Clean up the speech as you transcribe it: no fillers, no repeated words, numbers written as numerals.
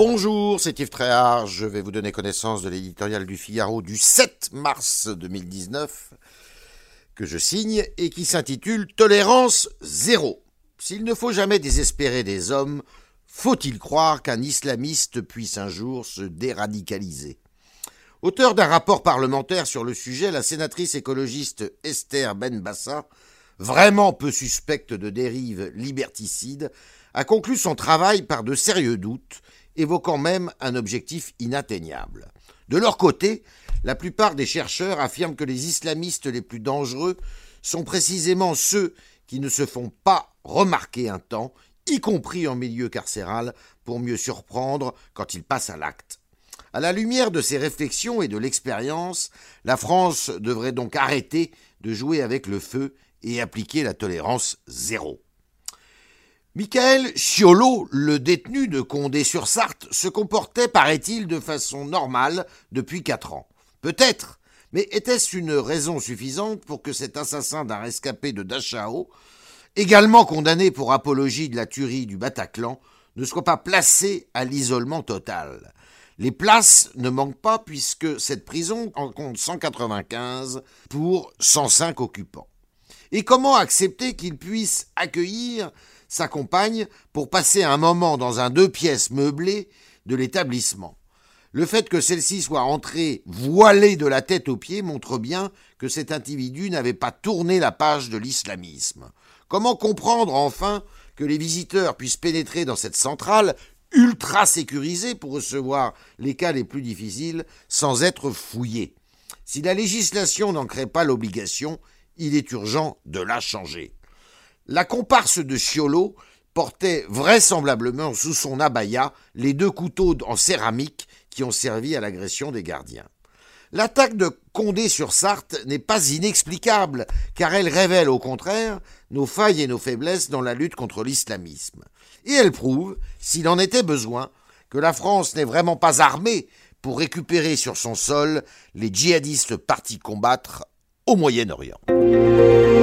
Bonjour, c'est Yves Tréhard. Je vais vous donner connaissance de l'éditorial du Figaro du 7 mars 2019 que je signe et qui s'intitule « Tolérance zéro ». S'il ne faut jamais désespérer des hommes, faut-il croire qu'un islamiste puisse un jour se déradicaliser ? Auteur d'un rapport parlementaire sur le sujet, la sénatrice écologiste Esther Benbassa, vraiment peu suspecte de dérives liberticides, a conclu son travail par de sérieux doutes, évoquant même un objectif inatteignable. De leur côté, la plupart des chercheurs affirment que les islamistes les plus dangereux sont précisément ceux qui ne se font pas remarquer un temps, y compris en milieu carcéral, pour mieux surprendre quand ils passent à l'acte. À la lumière de ces réflexions et de l'expérience, la France devrait donc arrêter de jouer avec le feu et appliquer la tolérance zéro. Michael Ciolo, le détenu de Condé-sur-Sarthe, se comportait, paraît-il, de façon normale depuis 4 ans. Peut-être, mais était-ce une raison suffisante pour que cet assassin d'un rescapé de Dachau, également condamné pour apologie de la tuerie du Bataclan, ne soit pas placé à l'isolement total ? Les places ne manquent pas puisque cette prison en compte 195 pour 105 occupants. Et comment accepter qu'il puisse accueillir sa compagne pour passer un moment dans un 2 pièces meublé de l'établissement ? Le fait que celle-ci soit entrée voilée de la tête aux pieds montre bien que cet individu n'avait pas tourné la page de l'islamisme. Comment comprendre enfin que les visiteurs puissent pénétrer dans cette centrale ultra sécurisée pour recevoir les cas les plus difficiles sans être fouillés ? Si la législation n'en crée pas l'obligation, il est urgent de la changer. La comparse de Ciolo portait vraisemblablement sous son abaya les 2 couteaux en céramique qui ont servi à l'agression des gardiens. L'attaque de Condé-sur-Sarthe n'est pas inexplicable, car elle révèle au contraire nos failles et nos faiblesses dans la lutte contre l'islamisme. Et elle prouve, s'il en était besoin, que la France n'est vraiment pas armée pour récupérer sur son sol les djihadistes partis combattre au Moyen-Orient.